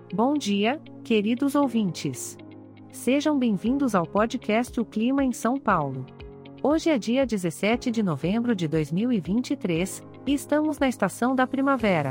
Bom dia, queridos ouvintes. Sejam bem-vindos ao podcast O Clima em São Paulo. Hoje é dia 17 de novembro de 2023, e estamos na estação da primavera.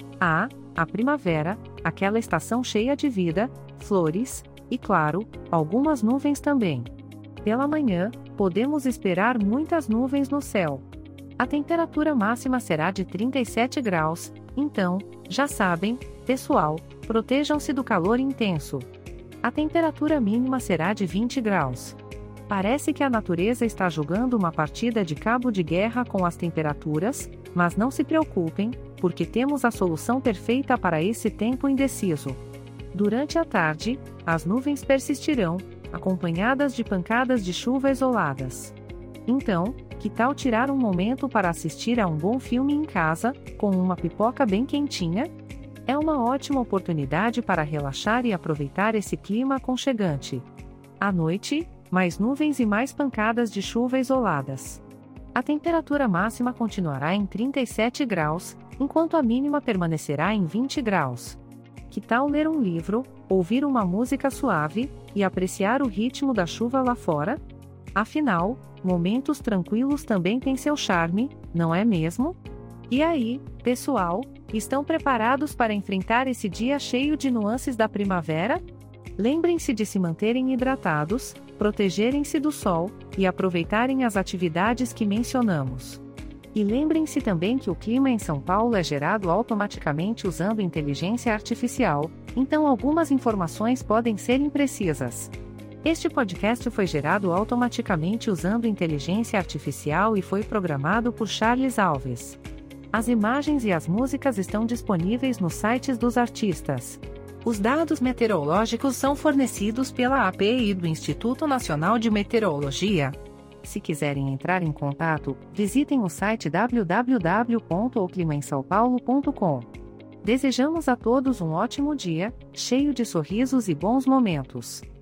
A primavera, aquela estação cheia de vida, flores, e claro, algumas nuvens também. Pela manhã, podemos esperar muitas nuvens no céu. A temperatura máxima será de 37 graus, então, já sabem, pessoal, protejam-se do calor intenso. A temperatura mínima será de 20 graus. Parece que a natureza está jogando uma partida de cabo de guerra com as temperaturas, mas não se preocupem, porque temos a solução perfeita para esse tempo indeciso. Durante a tarde, as nuvens persistirão, acompanhadas de pancadas de chuva isoladas. Então, que tal tirar um momento para assistir a um bom filme em casa, com uma pipoca bem quentinha? É uma ótima oportunidade para relaxar e aproveitar esse clima aconchegante. À noite, mais nuvens e mais pancadas de chuva isoladas. A temperatura máxima continuará em 37 graus, enquanto a mínima permanecerá em 20 graus. Que tal ler um livro, ouvir uma música suave, e apreciar o ritmo da chuva lá fora? Afinal, momentos tranquilos também têm seu charme, não é mesmo? E aí, pessoal, estão preparados para enfrentar esse dia cheio de nuances da primavera? Lembrem-se de se manterem hidratados, protegerem-se do sol, e aproveitarem as atividades que mencionamos. E lembrem-se também que o clima em São Paulo é gerado automaticamente usando inteligência artificial, então algumas informações podem ser imprecisas. Este podcast foi gerado automaticamente usando inteligência artificial e foi programado por Charles Alves. As imagens e as músicas estão disponíveis nos sites dos artistas. Os dados meteorológicos são fornecidos pela API do Instituto Nacional de Meteorologia. Se quiserem entrar em contato, visitem o site www.oclimaemsaopaulo.com. Desejamos a todos um ótimo dia, cheio de sorrisos e bons momentos.